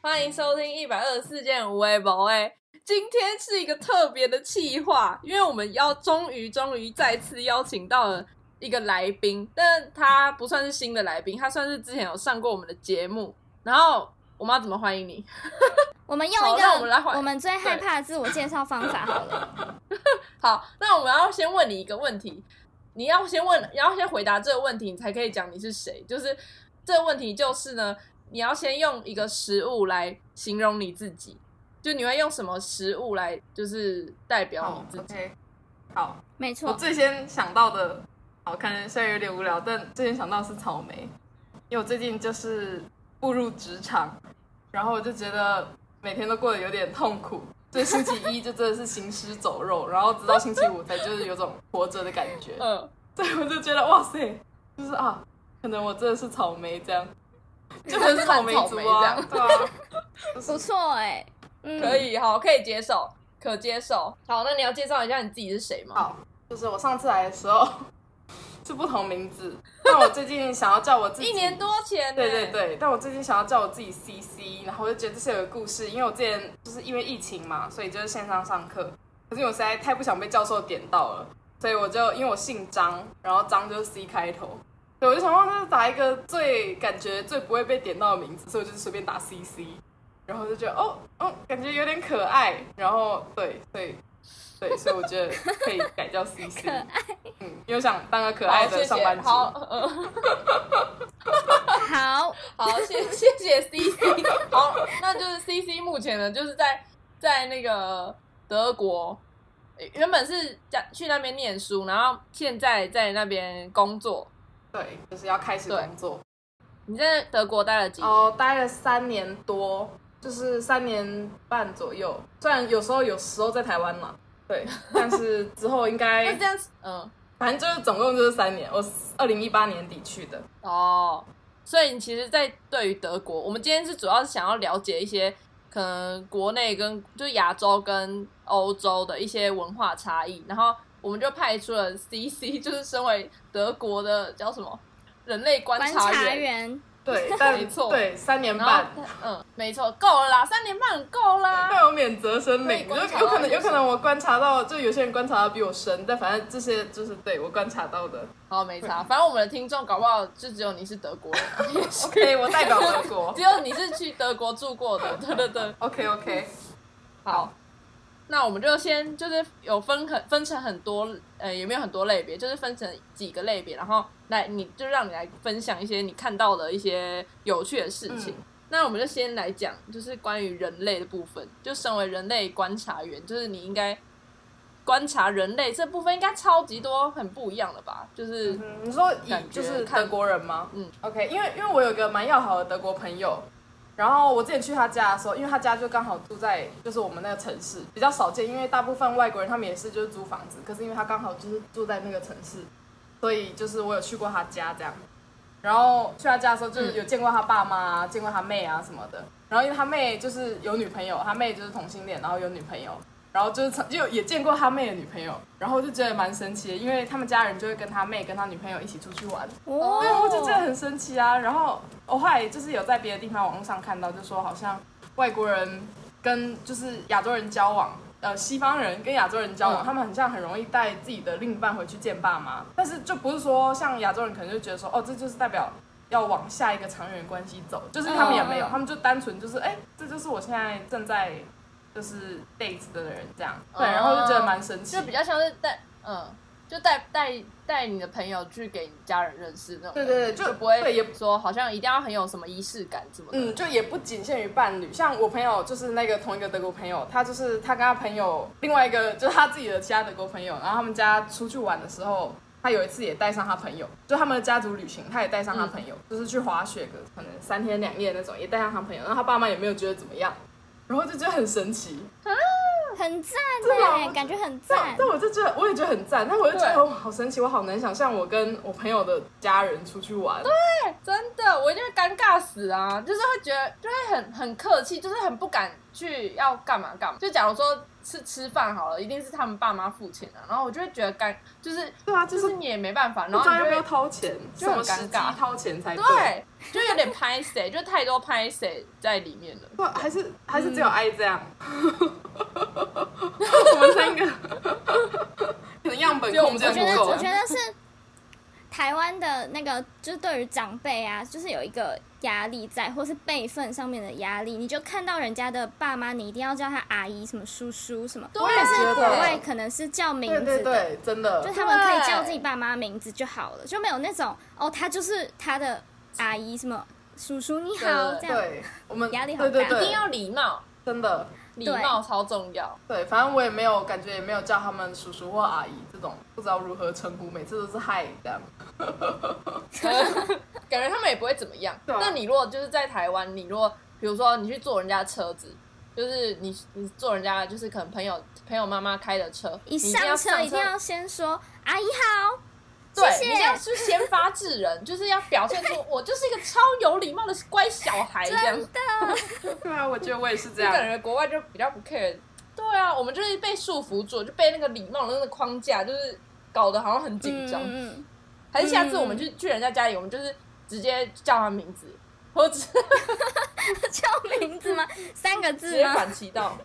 欢迎收听124件无为不为。今天是一个特别的企划，因为我们终于再次邀请到了一个来宾，但他不算是新的来宾，他算是之前有上过我们的节目。然后我们要怎么欢迎你？ 我们用一个我们最害怕的自我介绍方法好了。 好，那我们要先问你一个问题，你要先回答这个问题，你才可以讲你是谁。就是这个问题就是呢，你要先用一个食物来形容你自己，就你会用什么食物来就是代表你自己。 OK， 好， 没错。 我最先想到的，可能虽然有点无聊，但最先想到的是草莓，因为我最近就是步入职场，然后我就觉得每天都过得有点痛苦。所以星期一就真的是行尸走肉，然后直到星期五才就是有种活着的感觉。所以我就觉得哇塞，就是可能我真的是草莓这样，就很草莓族啊，对啊， 不错哎， 可以，好，可以接受，可接受。好，那你要介绍一下你自己是谁吗？ 好，就是我上次来的时候是不同名字，但我最近想要叫我自己 1年多前， 对，但我最近想要叫我自己 CC， 然后我就觉得这是有个故事，因为我之前就是因为疫情嘛，所以就是线上上课，可是因为我实在太不想被教授点到了，所以我就因为我姓张，然后张就是 C 开头，所以我就想说那打一个感觉最不会被点到的名字，所以我就随便打 CC， 然后就觉得感觉有点可爱，然后对，所以我觉得可以改叫 CC， 可爱， 因为我想当个可爱的上班族。 好， 谢谢 CC。好，那就是 CC 目前呢，就是在那个德国，原本是去那边念书，然后现在在那边工作。 对，就是要开始工作。 你在德国待了几年？ 待了3年多，就是3年半左右。虽然有时候在台湾嘛，对，但是之后应该那这样子， 反正就是总共就是3年。我2018年底去的。 所以你其实，在对于德国，我们今天是主要是想要了解一些可能国内跟就是亚洲跟欧洲的一些文化差异，然后我们就派出了 CC， 就是身为德国的叫什么人类观察员。 对，但没错，对，3年半， 没错，够了啦，3年半很够啦。 对，我免责声明，有可能我观察到，就有些人观察到比我深，但反正这些就是对我观察到的。 好，没差，反正我们的听众搞不好就只有你是德国人 OK， 我代表德国， 只有你是去德国住过的，对。 OK， 好。那我们就先就是有分成很多，也没有很多类别，就是分成几个类别，然后让你来分享一些你看到的一些有趣的事情。那我们就先来讲，就是关于人类的部分。就身为人类观察员，就是你应该观察人类这部分，应该超级多很不一样的吧？就是你说就是德国人吗？OK， 因为我有一个蛮要好的德国朋友。然后我之前去他家的时候，因为他家就刚好住在就是我们那个城市，比较少见，因为大部分外国人他们也是就是租房子，可是因为他刚好就是住在那个城市，所以就是我有去过他家这样。然后去他家的时候，就是有见过他爸妈见过他妹啊什么的。然后因为他妹就是有女朋友，他妹就是同性恋，然后有女朋友，然后就也见过他妹的女朋友，然后就觉得蛮神奇的，因为他们家人就会跟他妹跟他女朋友一起出去玩，我就觉得很神奇啊。然后我后来就是有在别的地方网络上看到，就说好像外国人跟就是亚洲人交往，西方人跟亚洲人交往，他们很像很容易带自己的另一半回去见爸妈，但是就不是说像亚洲人可能就觉得说这就是代表要往下一个长远关系走，就是他们也没有，他们就单纯就是这就是我现在正在就是 date 的人这样，对，然后就觉得蛮神奇， 就比较像是带你的朋友去给你家人认识那种， 对， 就不会说好像一定要很有什么仪式感什么的， 就也不仅限于伴侣，像我朋友就是那个同一个德国朋友，他跟他朋友另外一个就是他自己的其他德国朋友，然后他们家出去玩的时候，他有一次也带上他朋友，就他们的家族旅行，他也带上他朋友，就是去滑雪可能3天2夜那种，也带上他朋友，然后他爸妈也没有觉得怎么样，然后就觉得很神奇很赞耶，感觉很赞。 但我也觉得很赞，但我就觉得好神奇，我好难想象我跟我朋友的家人出去玩。 对，真的，我一定会尴尬死啊！就是会觉得，就会很客气，就是很不敢去要干嘛。就假如说吃饭好了，一定是他们爸妈付钱啊，然后我就会觉得就是对啊， 就是你也没办法，然后你就要掏钱， 就很尴尬， 掏钱才对，就有点拍谁，就太多拍谁在里面了。 对，还是只有爱这样，我们3个可能样本空间不够。 我觉得是台湾的那个，就是对于长辈啊，就是有一个压力在，或是辈分上面的压力，你就看到人家的爸妈，你一定要叫他阿姨、什么叔叔什么。 对， 但是国外可能是叫名字的， 对，真的， 就他们可以叫自己爸妈名字就好了，就没有那种他就是他的阿姨什么叔叔你好这样。 对，我们压力好大， 一定要礼貌， 真的。 礼貌超重要。 对，反正我也没有感觉，也没有叫他们叔叔或阿姨这种，不知道如何称呼，每次都是嗨这样。 感觉他们也不会怎么样。那你如果就是在台湾，你如果比如说你去坐人家车子，就是你坐人家就是可能朋友妈妈开的车， 一上车一定要先说阿姨好。 对，你这样是先发制人，就是要表现出我就是一个超有礼貌的乖小孩这样。 真的。 对啊，我觉得我也是这样。 感觉国外就比较不 care。对啊，我们就是被束缚住，就被那个礼貌的那个框架，就是搞得好像很紧张。还是下次我们去人家家里，我们就是直接叫他名字，或者叫名字吗？3个字吗？ 直接反其道。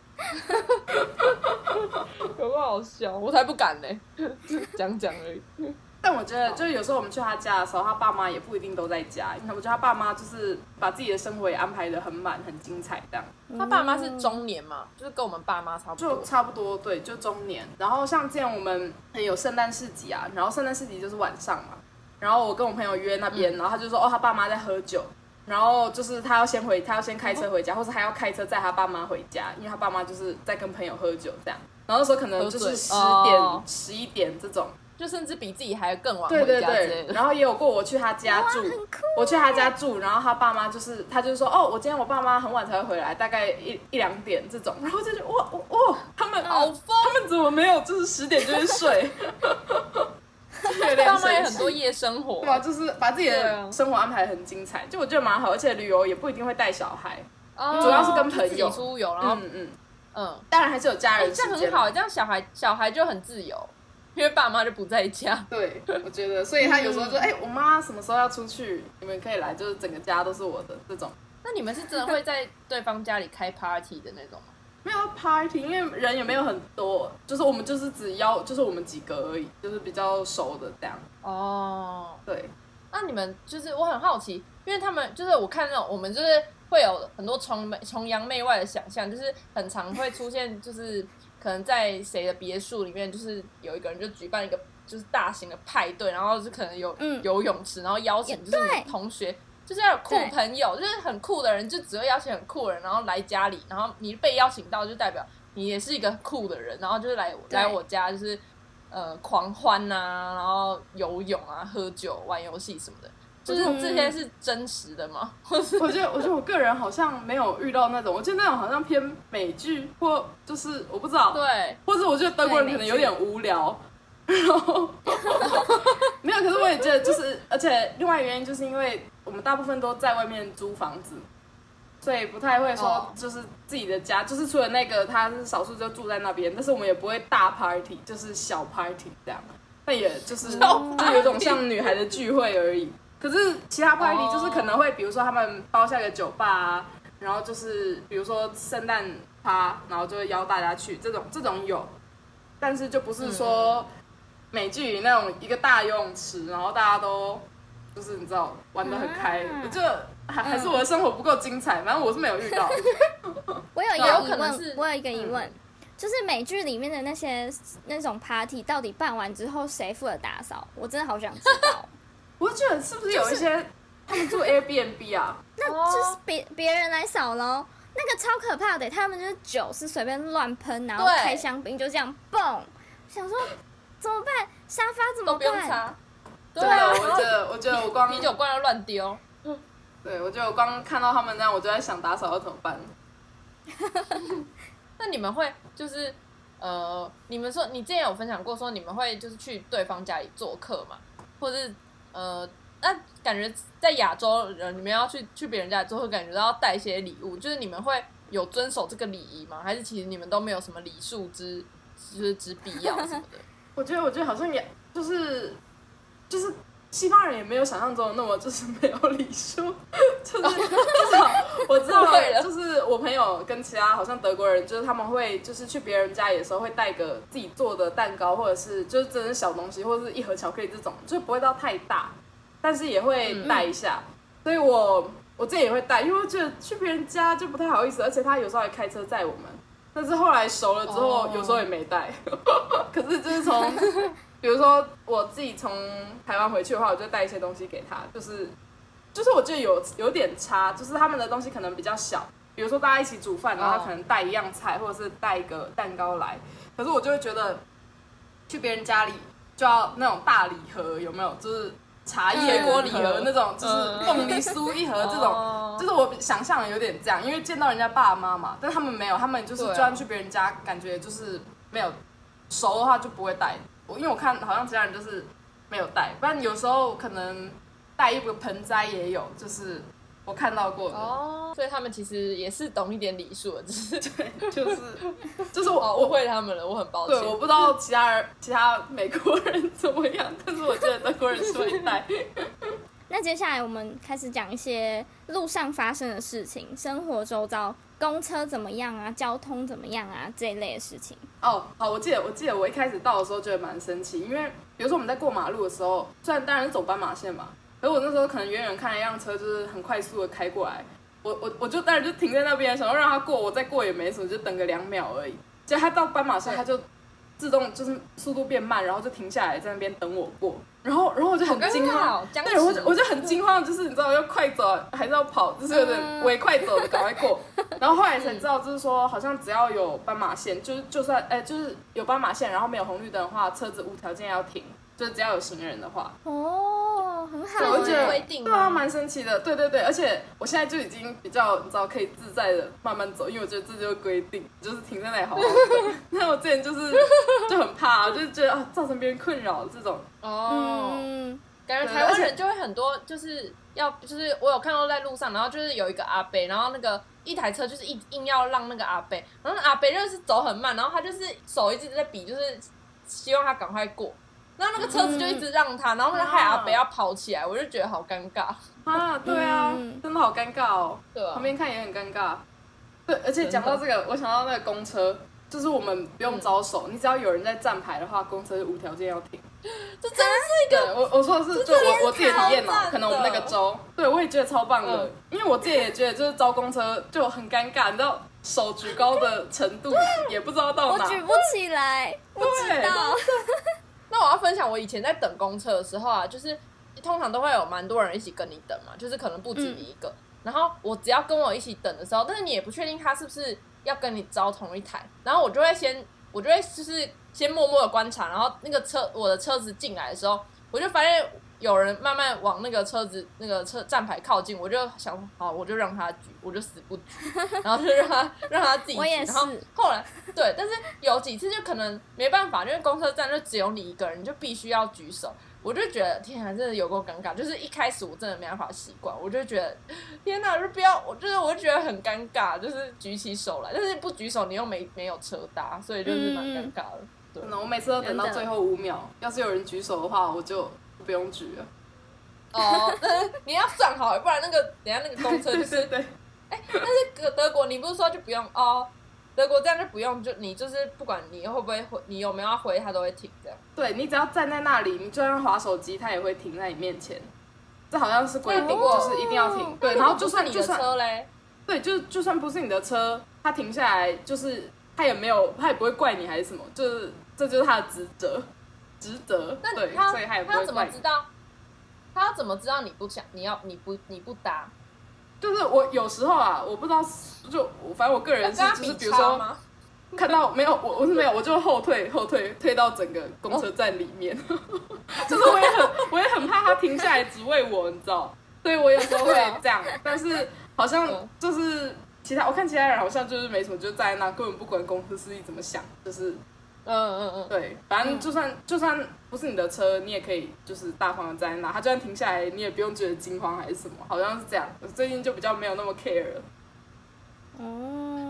有没有好笑？我才不敢呢，讲而已。 但我觉得，就是有时候我们去他家的时候，他爸妈也不一定都在家。我觉得他爸妈就是把自己的生活也安排得很满、很精彩这样。 他爸妈是中年嘛，就是跟我们爸妈差不多。 就差不多，对，就中年。然后像之前我们有圣诞市集啊，然后圣诞市集就是晚上嘛，然后我跟我朋友约那边，然后他就说他爸妈在喝酒，然后就是他要先开车回家，或是还要开车载他爸妈回家，因为他爸妈就是在跟朋友喝酒这样。然后那时候可能就是10点、11点这种。 就甚至比自己还更晚回家之类的。 对，然后也有过我去他家住，我去他家住，然后他爸妈他就说我今天我爸妈很晚才会回来，大概1、2点这种，然后就觉得哇，他们好疯， 他们怎么没有就是10点就会睡？ 爸妈也很多夜生活， 对吧？就是把自己的生活安排得很精彩，就我觉得蛮好，而且旅游也不一定会带小孩，主要是跟朋友自己出游，然后当然还是有家人时间， 这样很好，这样小孩就很自由。因为爸妈就不在家， 对，我觉得，所以他有时候就我妈什么时候要出去，你们可以来，就是整个家都是我的这种。 那你们是真的会在对方家里开 party 的那种吗？ 没有 party， 因为人也没有很多，就是我们就是只邀，就是我们几个而已，就是比较熟的这样。 哦， 对。 那你们就是我很好奇，因为他们就是我看那种我们就是会有很多崇洋媚外的想象，就是很常会出现就是。可能在谁的别墅里面，就是有一个人就举办一个就是大型的派对，然后就可能有游泳池，然后邀请就是你同学，就是要有酷朋友，就是很酷的人，就只会邀请很酷的人，然后来家里，然后你被邀请到，就代表你也是一个酷的人，然后就是来我家，就是狂欢啊，然后游泳啊，喝酒、玩游戏什么的。就是这些是真实的吗？ 我觉得我个人好像没有遇到那种，我觉得那种好像偏美剧或就是我不知道， 对， 或者我觉得德国人可能有点无聊，然后没有，可是我也觉得就是，而且另外原因就是因为我们大部分都在外面租房子，所以不太会说就是自己的家，就是除了那个他是少数就住在那边，但是我们也不会大 party， 就是小 party 这样，但也就是就有种像女孩的聚会而已。可是其他 party 就是可能会，比如说他们包下个酒吧啊，然后就是比如说圣诞趴，然后就会邀大家去，这种有，但是就不是说美剧里那种一个大游泳池，然后大家都就是你知道玩得很开，我觉得还是我的生活不够精彩，反正我是没有遇到。 我有一个疑问，就是美剧里面的那种 party 到底办完之后谁负责打扫？我真的好想知道。 我觉得是不是有一些他们住 Airbnb 啊？ 那就是别人来扫咯。那个超可怕的，他们就是酒是随便乱喷，然后开香槟就这样蹦，想说怎么办？沙发怎么办？ 都不用擦。 对啊，我觉得我光啤酒罐要乱丢。 对，我觉得我光看到他们那样，我就在想打扫要怎么办。 那你们会就是你们说你之前有分享过说你们会就是去对方家里做客嘛，或者是那感觉在亚洲人，你们要去别人家里做客，感觉都要带一些礼物，就是你们会有遵守这个礼仪吗？还是其实你们都没有什么礼数之必要什么的？ 我觉得好像也就是西方人也没有想象中的那么就是没有礼数，就是至少我知道就是我朋友跟其他好像德国人，就是他们会就是去别人家里的时候会带个自己做的蛋糕，或者是就是真的小东西，或者是一盒巧克力这种，就不会到太大，但是也会带一下。所以我自己也会带，因为我觉得去别人家就不太好意思，而且他有时候还开车载我们。但是后来熟了之后，有时候也没带。可是就是比如说我自己从台湾回去的话，我就带一些东西给他，就是我觉得有点差，就是他们的东西可能比较小，比如说大家一起煮饭，然后他可能带一样菜，或者是带一个蛋糕来。可是我就会觉得去别人家里就要那种大礼盒，有没有？就是茶叶锅礼盒那种，就是凤梨酥一盒这种，就是我想象的有点这样，因为见到人家爸妈嘛，但他们没有，他们就是就算去别人家，感觉就是没有熟的话就不会带。因为我看好像其他人就是没有带，不然有时候可能带一个盆栽也有，就是我看到过的。 所以他们其实也是懂一点礼数的，只是对，就是我误会他们了，我很抱歉。 对，我不知道其他美国人怎么样，但是我觉得德国人是会带。 那接下来我们开始讲一些路上发生的事情，生活周遭，公车怎么样啊，交通怎么样啊，这一类的事情。 好，我记得我一开始到的时候觉得蛮生气，因为比如说我们在过马路的时候，虽然当然是走斑马线嘛，可是我那时候可能远远看了一辆车，就是很快速的开过来，我就当然就停在那边，想要让他过，我再过也没什么，就等个2秒而已。结果他到斑马线，他就自动就是速度变慢，然后就停下来在那边等我过，然后我就很惊慌，对，我就很惊慌，就是你知道要快走还是要跑，就是有点微快走的赶快过。然后后来才知道，就是说好像只要有斑马线，就算就是有斑马线，然后没有红绿灯的话，车子无条件要停，就是只要有行人的话。 很好， 我觉得规定对啊，蛮神奇的，对，而且我现在就已经比较你知道可以自在的慢慢走，因为我觉得这就是规定，就是停在那里好好的。那我之前就很怕，就是觉得造成别人困扰这种。 感觉台湾人就会很多，就是我有看到在路上，然后就是有一个阿伯，然后那个一台车就是硬要让那个阿伯，然后那阿伯就是走很慢，然后他就是手一直在比，就是希望他赶快过。然后那个车子就一直让他，然后那个害阿北要跑起来，我就觉得好尴尬啊！对啊，真的好尴尬哦。 对啊， 旁边看也很尴尬。对，而且讲到这个，我想到那个公车，就是我们不用招手，你只要有人在站牌的话，公车就无条件要停。 这真的是一个， 我说的是，就我自己的体验嘛，可能我们那个州，对我也觉得超棒的，因为我自己也觉得就是招公车就很尴尬，你知道手举高的程度也不知道到哪， 我举不起来，不知道。 那我要分享我以前在等公车的时候啊，就是通常都会有蛮多人一起跟你等嘛，就是可能不止你一个。然后我只要跟我一起等的时候，但是你也不确定他是不是要跟你招同一台，然后我就会就是先默默的观察，然后我的车子进来的时候，我就发现有人慢慢往那个车站牌靠近，我就想好，我就让他举，我就死不举，然后就让他自己举。 我也是。 然后后来对，但是有几次就可能没办法，因为公车站就只有你一个人，你就必须要举手。我就觉得天啊，真的有够尴尬。就是一开始我真的没办法习惯，我就觉得天哪，就不要，我就觉得很尴尬，就是举起手来，但是不举手你又没有车搭，所以就是蛮尴尬的。对， 我每次都等到最后5秒，要是有人举手的话，我就不用举了。 但是你要算好，不然等一下那个公车就是对。 但是德国你不是说就不用哦？德国这样就不用，就你就是不管你会不会回，你有没有要回，它都会停这样。 对，你只要站在那里，你就算滑手机，它也会停在你面前。这好像是规定，就是一定要停。对，然后就算你的车嘞， 对，就算不是你的车，它停下来，就是它也不会怪你还是什么，就是这就是他的职责。对，所以他也不会怪你。 他要怎么知道？他要怎么知道你不搭？ 就是我有时候啊，我不知道，反正我个人是就是比如说看到没有，我是没有，我就后退到整个公车站里面，就是我也很怕他停下来只为我，你知道，所以我有时候会这样，但是好像就是我看其他人好像就是没什么，就站在那根本不管公车司机怎么想，就是对，反正就算不是你的车，你也可以就是大方的站在那，他就算停下来，你也不用觉得惊慌还是什么，好像是这样。我最近就比较没有那么 care 了。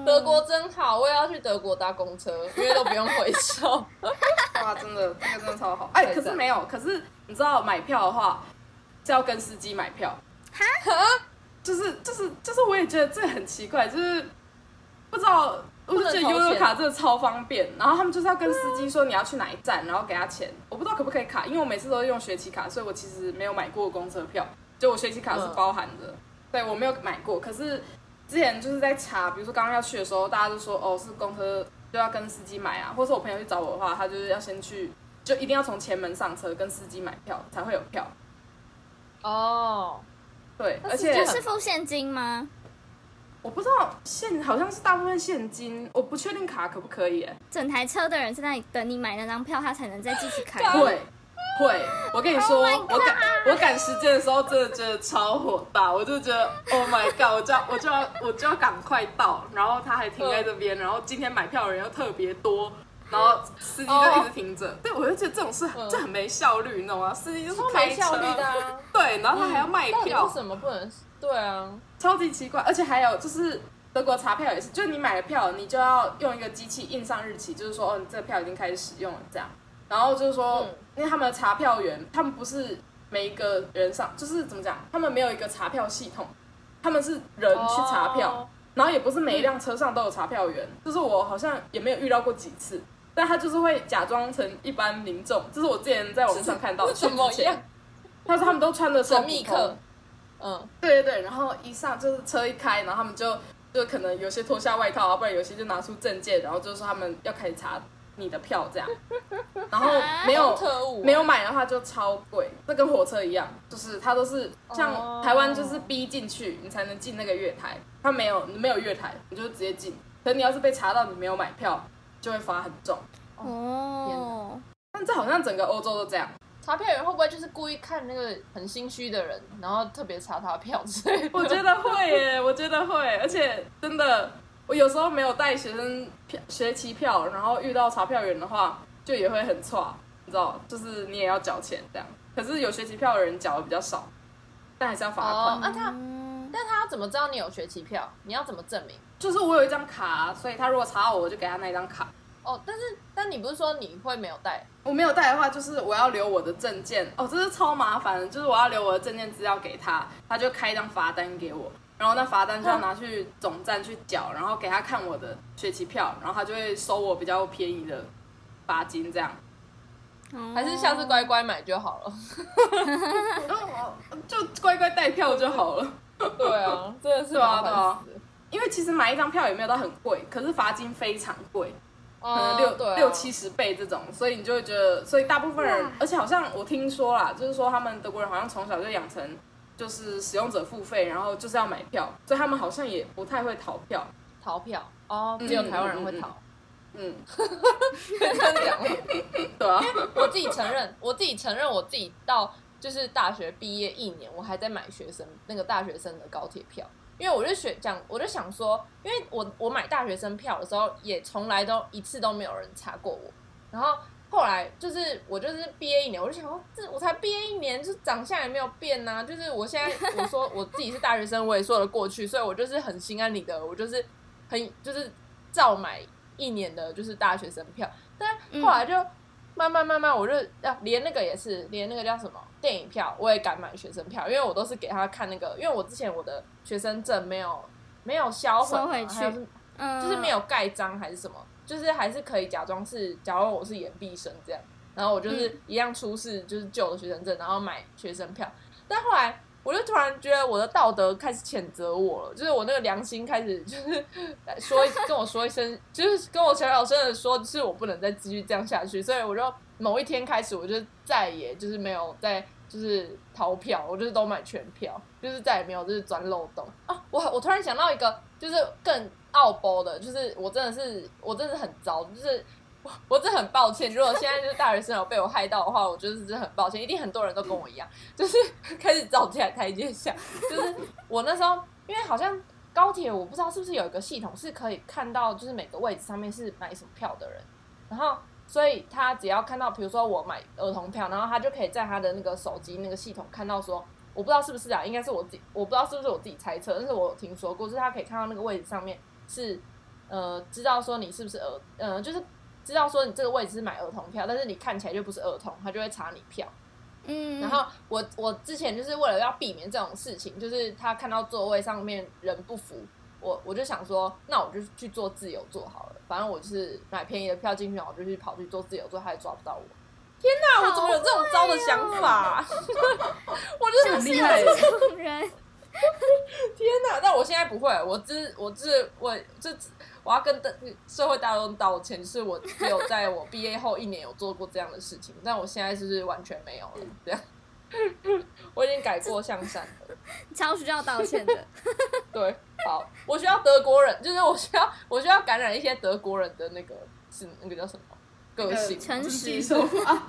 德国真好，我也要去德国搭公车，因为都不用回收。 哇，真的，这个真的超好。哎，可是没有，可是你知道买票的话是要跟司机买票。 哈？ 就是，我也觉得这很奇怪，就是不知道，我就觉得悠游卡真的超方便。然后他们就是要跟司机说你要去哪一站，然后给他钱。我不知道可不可以卡，因为我每次都是用学期卡，所以我其实没有买过公车票。就我学期卡是包含的，对我没有买过。可是之前就是在查，比如说刚刚要去的时候，大家就说哦是公车就要跟司机买啊，或是我朋友去找我的话，他就是要先去，就一定要从前门上车跟司机买票才会有票。 哦， 对，而且就是付现金吗？ 我不知道好像是大部分现金，我不确定卡可不可以。 整台车的人在那里等你买那张票，他才能再继续开。 会，我跟你说，我赶时间的时候真的觉得超火大，我就觉得 Oh my god， 我就要赶快到，然后他还停在这边，然后今天买票的人又特别多，然后司机就一直停着，对，我就觉得这种事这很没效率，你懂吗？司机就是开车， 没效率的啊， 对，然后他还要卖票， 为什么不能？对啊， 超级奇怪，而且还有就是德国查票也是，就是你买了票，你就要用一个机器印上日期，就是说哦，你这个票已经开始使用了这样。然后就是说，因为他们的查票员，他们不是每一个人上，就是怎么讲，他们没有一个查票系统，他们是人去查票，然后也不是每一辆车上都有查票员，就是我好像也没有遇到过几次，但他就是会假装成一般民众，这是我之前在网络上看到的， 怎么样？ 他说他们都穿着神秘客， 对，然后一上就是车一开，然后他们就可能有些脱下外套啊，不然有些就拿出证件，然后就说他们要开始查你的票这样，然后没有买的话就超贵，这跟火车一样，就是它都是像台湾就是逼进去你才能进那个月台，它没有月台，你就直接进，可你要是被查到你没有买票，就会罚很重。 哦， 但这好像整个欧洲都这样。 查票员会不会就是故意看那个很心虚的人，然后特别查他的票之类的？ 我觉得会耶，我觉得会，而且真的。我有时候没有带学期票，然后遇到查票员的话，就也会很挫，你知道，就是你也要缴钱这样。可是有学期票的人缴的比较少，但还是要罚款。 但他要怎么知道你有学期票？你要怎么证明？ 就是我有一张卡，所以他如果查到我就给他那一张卡。 哦，但你不是说你会没有带？ 我没有带的话，就是我要留我的证件。哦，这是超麻烦的，就是我要留我的证件资料给他，他就开一张罚单给我。然后那罚单就要拿去总站去缴，然后给他看我的学期票，然后他就会收我比较便宜的罚金，这样。 还是下次乖乖买就好了， 就乖乖带票就好了。 对啊，真的是麻烦死了。 因为其实买一张票也没有到很贵，可是罚金非常贵，可能60-70倍这种，所以你就会觉得，所以大部分人，而且好像我听说啦，就是说他们德国人好像从小就养成。就是使用者付费，然后就是要买票，所以他们好像也不太会逃票。 逃票哦，只有台湾人会逃。这样讲吗？ 对啊， 我自己承认，我自己到就是大学毕业1年，我还在买大学生的高铁票，因为我就想说，因为我买大学生票的时候，也从来都一次都没有人查过我，然后。后来我毕业1年，我就想说，我才毕业1年，就长相也没有变啊。就是我现在我说我自己是大学生，我也说得过去，所以我就是很心安理得，我就是就是照买1年的就是大学生票。但后来就慢慢，我就连那个也是，连那个叫什么电影票，我也敢买学生票，因为我都是给他看那个，因为我之前我的学生证没有销毁， 收回去， 就是没有盖章还是什么。就是还是可以假装我是延毕生这样，然后我就是一样出示就是旧的学生证，然后买学生票。但后来我就突然觉得我的道德开始谴责我了，就是我那个良心开始就是跟我说一声，就是跟我小声的说，就是我不能再继续这样下去。所以我就某一天开始，我就再也就是没有再就是逃票，我就是都买全票，就是再也没有就是钻漏洞啊。我突然想到一个，就是更。傲包的，就是我真的是很糟，就是我真的很抱歉。如果现在就是大学生有被我害到的话，我就是真的很抱歉。一定很多人都跟我一样，就是开始找起来台阶下。就是我那时候，因为好像高铁，我不知道是不是有一个系统是可以看到，就是每个位置上面是买什么票的人，然后所以他只要看到，比如说我买儿童票，然后他就可以在他的那个手机那个系统看到说。我不知道是不是应该是我自己，我不知道是不是我自己猜测，但是我有听说过，就是他可以看到那个位置上面是知道说你是不是就是知道说你这个位置是买儿童票，但是你看起来就不是儿童，他就会查你票。然后我之前就是为了要避免这种事情，就是他看到座位上面人不符，我就想说，那我就去坐自由座好了，反正我就是买便宜的票进去，然后我就去跑去坐自由座，他也抓不到我。天哪，我怎么有这种糟的想法？我就是很厉害这种人。 天哪！但我现在不会，我要跟社会大众道歉，就是我只有在我毕业后1年有做过这样的事情，但我现在就是完全没有了。这样，我已经改过向善了。 超需要道歉的。 对，好，我需要德国人，就是我需要感染一些德国人的那个叫什么个性、 诚实手法。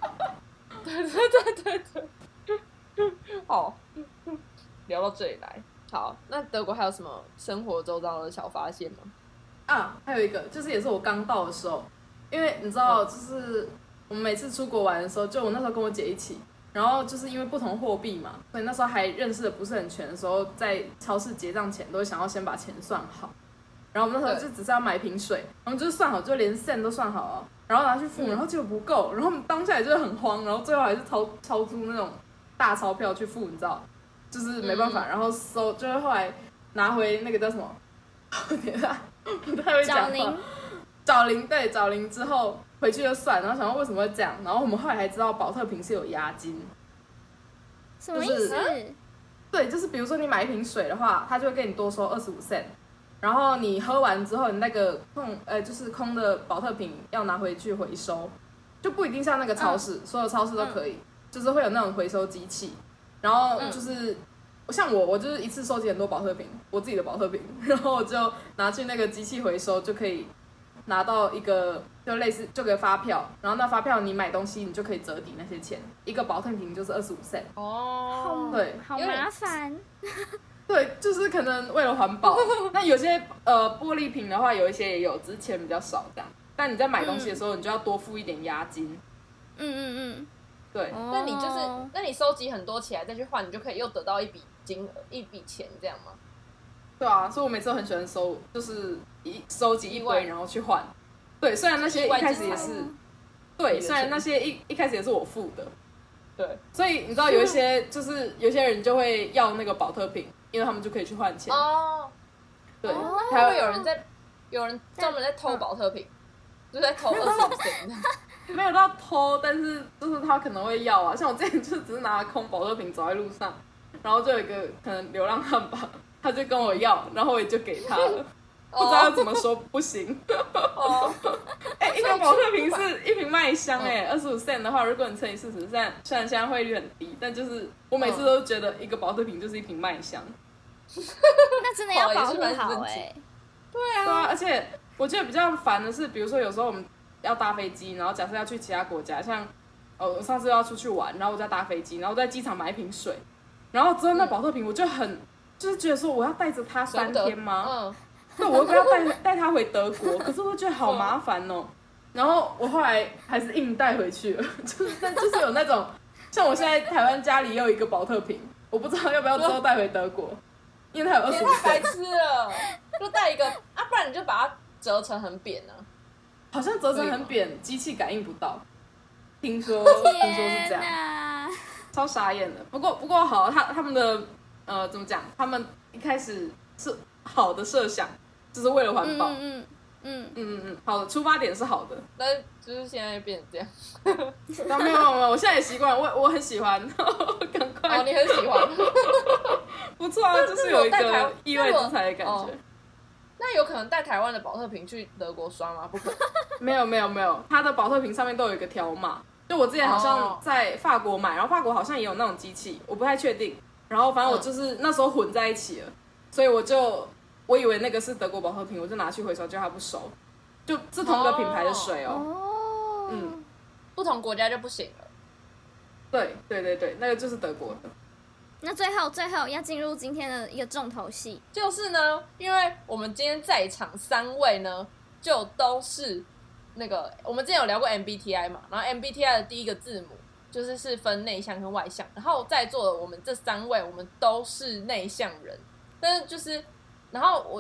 对。好，聊到这里来。好，那德国还有什么生活周遭的小发现吗？ 还有一个就是也是我刚到的时候，因为你知道，就是我们每次出国玩的时候，就我那时候跟我姐一起，然后就是因为不同货币嘛，所以那时候还认识的不是很全的时候，在超市结账前都会想要先把钱算好。然后我们那时候就只是要买瓶水，然后就是算好，就连 cent 都算好了，然后拿去付，然后结果不够，然后我们当下也就是很慌，然后最后还是超出那种大钞票去付，你知道，就是没办法，然后就是后来拿回那个叫什么，等一下，不太会讲话，找零之后回去就算，然后想到为什么会这样，然后我们后来还知道保特瓶是有押金， 什么意思？ 对，就是比如说你买一瓶水的话，他就会给你多收25 cent。然后你喝完之后，你那个就是空的保特瓶要拿回去回收，就不一定像那个超市，所有超市都可以，就是会有那种回收机器。然后就是像我就是一次收集很多保特瓶，我自己的保特瓶，然后我就拿去那个机器回收，就可以拿到一个就类似就个发票，然后那发票你买东西你就可以折抵那些钱，一个保特瓶就是25 cent。 哦， 对， 好麻烦。 对，就是可能为了环保。那有些玻璃瓶的话，有一些也有，只是钱比较少这样。但你在买东西的时候，你就要多付一点押金。对。 那你收集很多起来再去换，你就可以又得到一笔金额、一笔钱，这样吗？ 对啊，所以我每次都很喜欢就是收集一堆然后去换。对，虽然那些一开始也是，对，虽然那些一开始也是我付的。对，所以你知道有一些就是有些人就会要那个保特瓶，因为他们就可以去换钱。 哦， 对， 还会有人专门在偷保特瓶，就在偷25 cent。 没有到偷，但是就是他可能会要啊。像我之前就只是拿空保特瓶走在路上，然后就有一个可能流浪汉吧，他就跟我要，然后我也就给他了。不知道要怎么说不行。一个保特瓶是一瓶麦香25 cent 的话，如果你乘以40 cent，虽然现在汇率很低，但就是我每次都觉得一个保特瓶就是一瓶麦香。 那真的要保护好对啊，而且我觉得比较烦的是，比如说有时候我们要搭飞机，然后假设要去其他国家，像我上次要出去玩，然后我在搭飞机，然后在机场买一瓶水，然后之后那保特瓶我就就是觉得说我要带着它3天吗？对，我又要带他回德国，可是我觉得好麻烦哦。然后我后来还是硬带回去了，但就是有那种，像我现在台湾家里也有一个保特瓶，我不知道要不要之后带回德国，因为它有25 cent。 太白痴了，就带一个不然你就把它折成很扁啊。 好像折成很扁，机器感应不到。听说是这样，超傻眼的。不过好，他们的怎么讲？他们一开始是好的设想，就是为了环保。好的，出发点是好的， 但是就是现在变成这样。没有，我现在也习惯，我很喜欢，赶快。 哦，你很喜欢， 不错啊，就是有一个意外之财的感觉。 那有可能带台湾的保特瓶去德国刷吗？不可能。 没有，它的保特瓶上面都有一个条码。就我之前好像在法国买，然后法国好像也有那种机器，我不太确定。然后反正我就是那时候混在一起了，所以我以为那个是德国保特瓶，我就拿去回收，叫他不收，就是同个品牌的水哦。 不同国家就不行了。 对，那个就是德国的。 那最后要进入今天的一个重头戏， 就是呢，因为我们今天在场3位呢，就都是那个我们之前有聊过 MBTI 嘛，然后 MBTI 的第一个字母是分内向跟外向，然后在座的我们这3位，我们都是内向人，但是然后我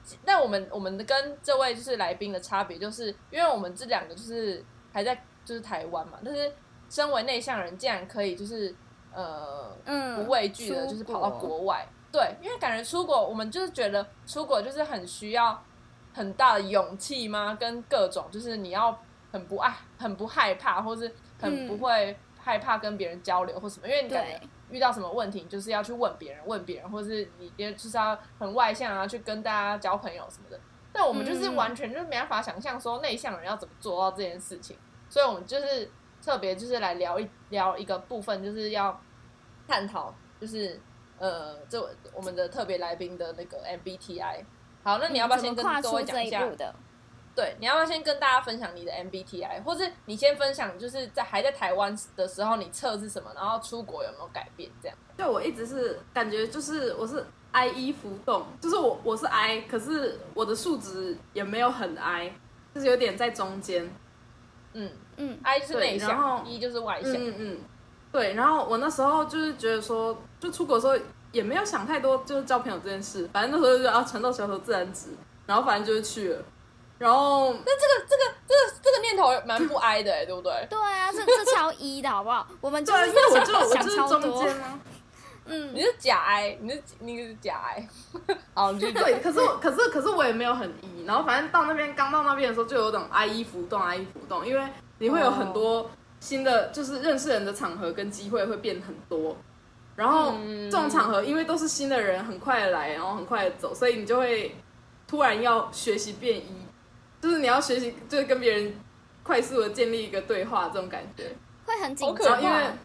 但我们跟这位就是来宾的差别，就是因为我们这两个就是还在就是台湾嘛，但是身为内向人，竟然可以就是不畏惧的，就是跑到国外。对，因为感觉出国，我们就是觉得出国就是很需要很大的勇气嘛，跟各种就是你要很不害怕，或是很不会害怕跟别人交流或什么，因为你感觉遇到什么问题，你就是要去问别人，或是你就是要很外向啊，去跟大家交朋友什么的。但我们就是完全就是没办法想象说内向人要怎么做到这件事情，所以我们就是特别就是来聊一个部分，就是要探讨就是这我们的特别来宾的那个 MBTI。好，那你要不要先跟各位讲一下？对，你要不要先跟大家分享你的 MBTI， 或是你先分享就是还在台湾的时候你测是什么，然后出国有没有改变这样？ 就我一直是感觉就是我是 IE 浮动，就是我是 I， 可是我的数值也没有很 I， 就是有点在中间。 I 是内向，然后 E 就是外向。 对，然后我那时候就是觉得说，就出国的时候也没有想太多，就是交朋友这件事，反正那时候就要船到桥头自然直，然后反正就是去了。然后， 那这个念头蛮不哀的对不对？ 对啊，这超一的好不好？我们就是我就是中间啊。 你是假哀，你是假哀。好， 对，可是我也没有很一，然后反正刚到那边的时候就有种 IE 浮动，因为你会有很多新的就是认识人的场合跟机会会变很多，然后这种场合因为都是新的人，很快的来，然后很快的走，所以你就会突然要学习变一。就是你要学习，就是跟别人快速的建立一个对话，这种感觉会很紧张， 因为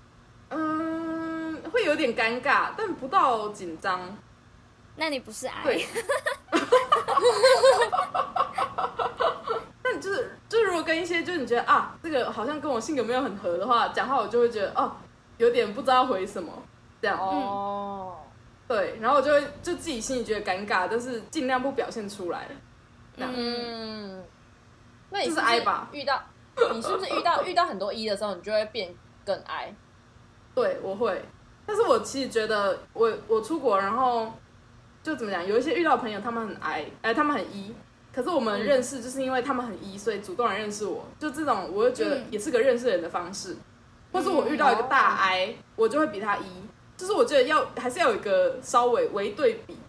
会有点尴尬，但不到紧张。 那你不是I？ 对。但就是如果跟一些就是你觉得啊，这个好像跟我性格没有很合的话，讲话我就会觉得有点不知道回什么这样。对，然后我就会就自己心里觉得尴尬，但是尽量不表现出来。 那你是不是 I 吧？ 你是不是遇到很多一的时候，你就会变更 I？ 对，我会。但是我其实觉得我出国，然后就怎么讲，有一些遇到的朋友他们很 I， 他们很一，可是我们认识就是因为他们很一，所以主动来认识我，就这种我就觉得也是个认识人的方式。或是我遇到一个大 I， 我就会比他一，就是我觉得还是要有一个稍微微对比。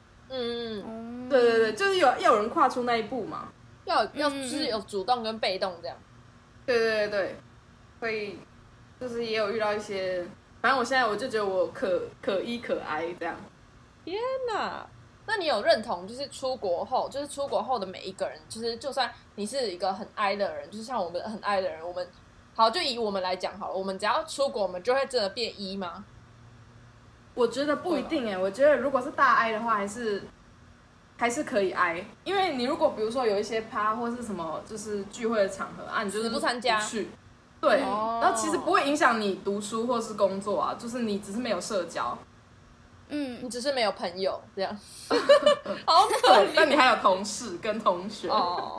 对，就是要有人跨出那一步嘛， 要就是有主动跟被动这样。 对，所以就是也有遇到一些，反正我现在我就觉得我可一可哀这样。 天哪！那你有认同就是出国后的每一个人，就是就算你是一个很哀的人，就是像我们很哀的人，我们好就以我们来讲好了，我们只要出国，我们就会真的变一吗？ 我觉得不一定我觉得如果是大哀的话，还是可以哀，因为你如果比如说有一些趴或是什么就是聚会的场合啊，你就是不参加去，对，然后其实不会影响你读书或是工作啊，就是你只是没有社交， 你只是没有朋友这样，好可怜。 但你还有同事跟同学，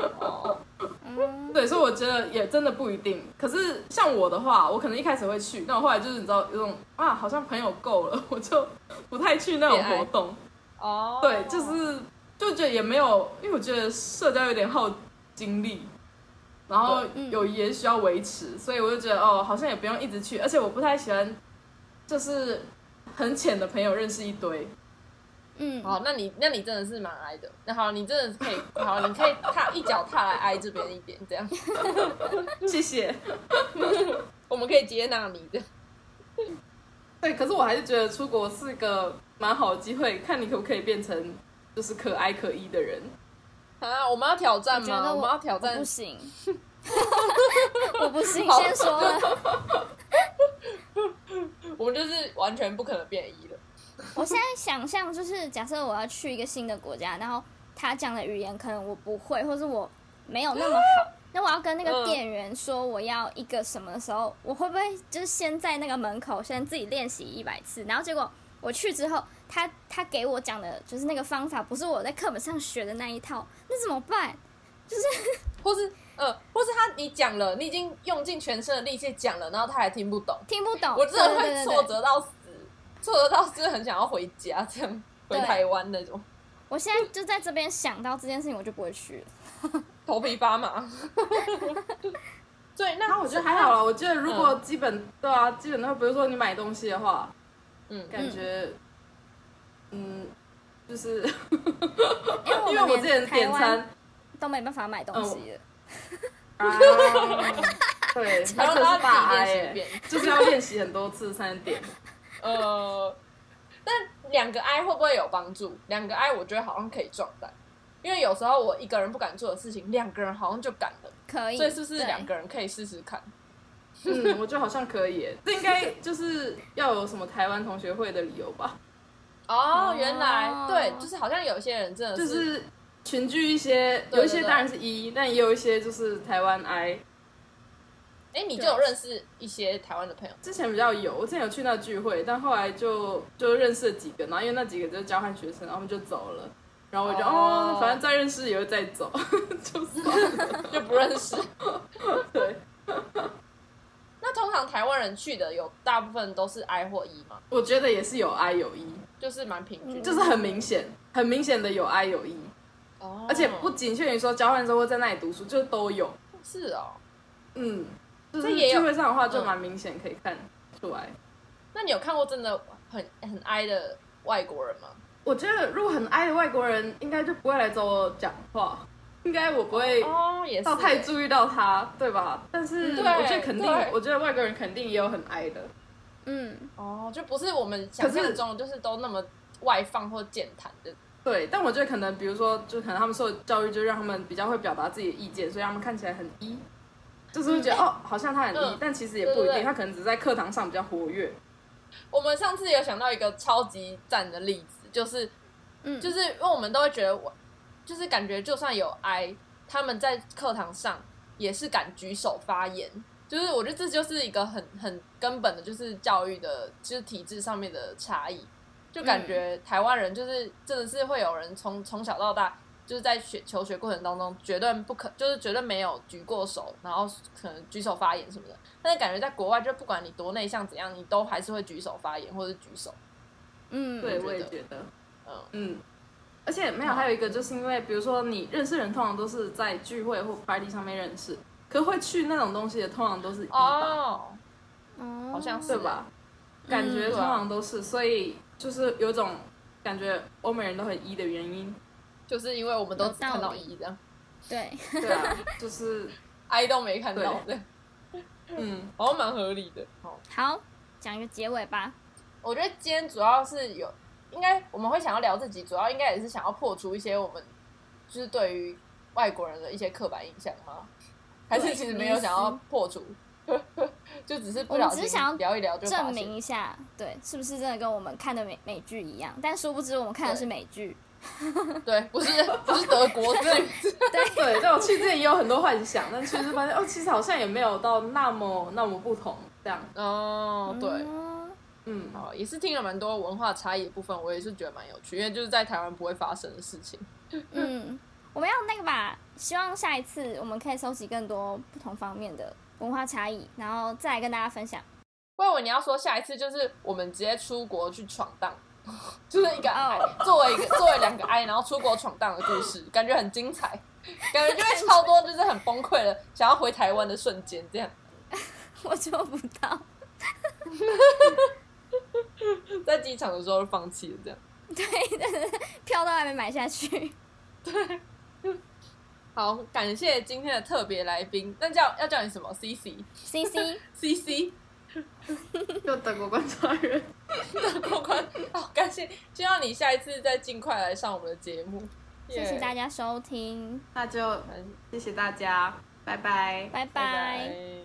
对，所以我觉得也真的不一定。可是像我的话，我可能一开始会去，但我后来就是你知道有种好像朋友够了，我就不太去那种活动。对，就觉得也没有，因为我觉得社交有点耗精力，然后友谊也需要维持，所以我就觉得好像也不用一直去，而且我不太喜欢就是很浅的朋友认识一堆。 好，那你真的是蛮哀的。那好，你真的是可以，好，你可以一脚踏来哀这边一点，这样。 谢谢， 我们可以接纳你的。 对，可是我还是觉得出国是个蛮好的机会，看你可不可以变成就是可哀可一的人。 我们要挑战吗？我们要挑战， 不行，我不行，先说了。 我们就是完全不可能变一了。 我现在想象就是，假设我要去一个新的国家，然后他讲的语言可能我不会，或是我没有那么好，那我要跟那个店员说我要一个什么的时候，我会不会就是先在那个门口先自己练习100次，然后结果我去之后，他给我讲的就是那个方法，不是我在课本上学的那一套，那怎么办？就是或是你讲了，你已经用尽全身的力气讲了，然后他还听不懂，我真的会挫折到死，挫折到真的很想要回家，这样回台湾那种。 我现在就在这边想到这件事情，我就不会去了， 头皮发麻。对，那我觉得还好啦。我觉得如果基本对啊，基本的话，比如说你买东西的话，感觉就是因为我之前点餐都没办法买东西了。 对， 然后他是大 I， 就是要练习很多次才能点。 但2个 I 会不会有帮助？2个 I 我觉得好像可以壮胆，因为有时候我一个人不敢做的事情，2个人好像就敢了。 可以， 所以是不是2个人可以试试看？ 我觉得好像可以耶。这应该就是要有什么台湾同学会的理由吧？ 原来对，就是好像有一些人真的就是群聚一些，有一些当然是 E， 但也有一些就是台湾 I。 你就有认识一些台湾的朋友？ 之前比较有，我之前有去那聚会，但后来就认识了几个，然后因为那几个就是交换学生，然后他们就走了，然后我就反正再认识也会再走，就算了， 就不认识。 对。 那通常台湾人去的有大部分都是 I 或 E 吗？ 我觉得也是有 I 有 E， 就是蛮平均， 就是很明显的有 I 有 E。而且不仅限于说交换生或在那里读书，就都有。 是哦。 就是聚会上的话就蛮明显可以看出来。 那你有看过真的很 I 的外国人吗？ 我觉得如果很 I 的外国人，应该就不会来找我讲话，应该我不会到太注意到他，对吧？但是我觉得肯定，我觉得外国人肯定也有很 I 的。 就不是我们想象中就是都那么外放或健谈的。 对，但我觉得可能比如说，就可能他们受的教育就让他们比较会表达自己的意见，所以他们看起来很 E。就是会觉得好像他很 E，但其实也不一定，他可能只是在课堂上比较活跃。 我们上次有想到一个超级赞的例子，就是因为我们都会觉得，就是感觉就算有 I， 他们在课堂上也是敢举手发言。就是我觉得这就是一个很根本的，就是教育的，就是体制上面的差异。就感觉台湾人就是真的是会有人从小到大。就是在求学过程当中，绝对不可，就是绝对没有举过手，然后可能举手发言什么的。但是感觉在国外，就不管你多内向怎样，你都还是会举手发言或者举手。 对，我也觉得。而且没有，还有一个就是因为，比如说你认识人，通常都是在聚会或 party 上面认识，可会去那种东西的，通常都是 E 吧？ 好像是对吧？感觉通常都是，所以就是有种感觉欧美人都很 E 的原因。 就是因为我们都只看到 E 这样， 对啊，就是 I 都没看到的，好像蛮合理的。 好，讲一个结尾吧。 我觉得今天主要是应该我们会想要聊自己，主要应该也是想要破除一些我们就是对于外国人的一些刻板印象吗？还是其实没有想要破除，就只是不小心聊一聊就证明一下，对，是不是真的跟我们看的美剧一样？但殊不知我们看的是美剧。 对，不是德国剧。 对，在我去之前也有很多幻想，但其实发现其实好像也没有到那么不同这样。 对，好，也是听了蛮多文化差异的部分，我也是觉得蛮有趣，因为就是在台湾不会发生的事情。 我们要那个吧，希望下一次我们可以收集更多不同方面的文化差异，然后再来跟大家分享。 我以为你要说下一次就是我们直接出国去闯荡。就是一个 I， 作为2个 I， 然后出国闯荡的故事，感觉很精彩，感觉就会超多，就是很崩溃的想要回台湾的瞬间，这样。 我做不到。 在机场的时候就放弃了，这样。 对，票都还没买下去。 对。好，感谢今天的特别来宾，那要叫你什么 ？CC。 就德国观察人， 德国观，好感谢，希望你下一次再尽快来上我们的节目。 谢谢大家收听， 那就谢谢大家，拜拜， 拜拜。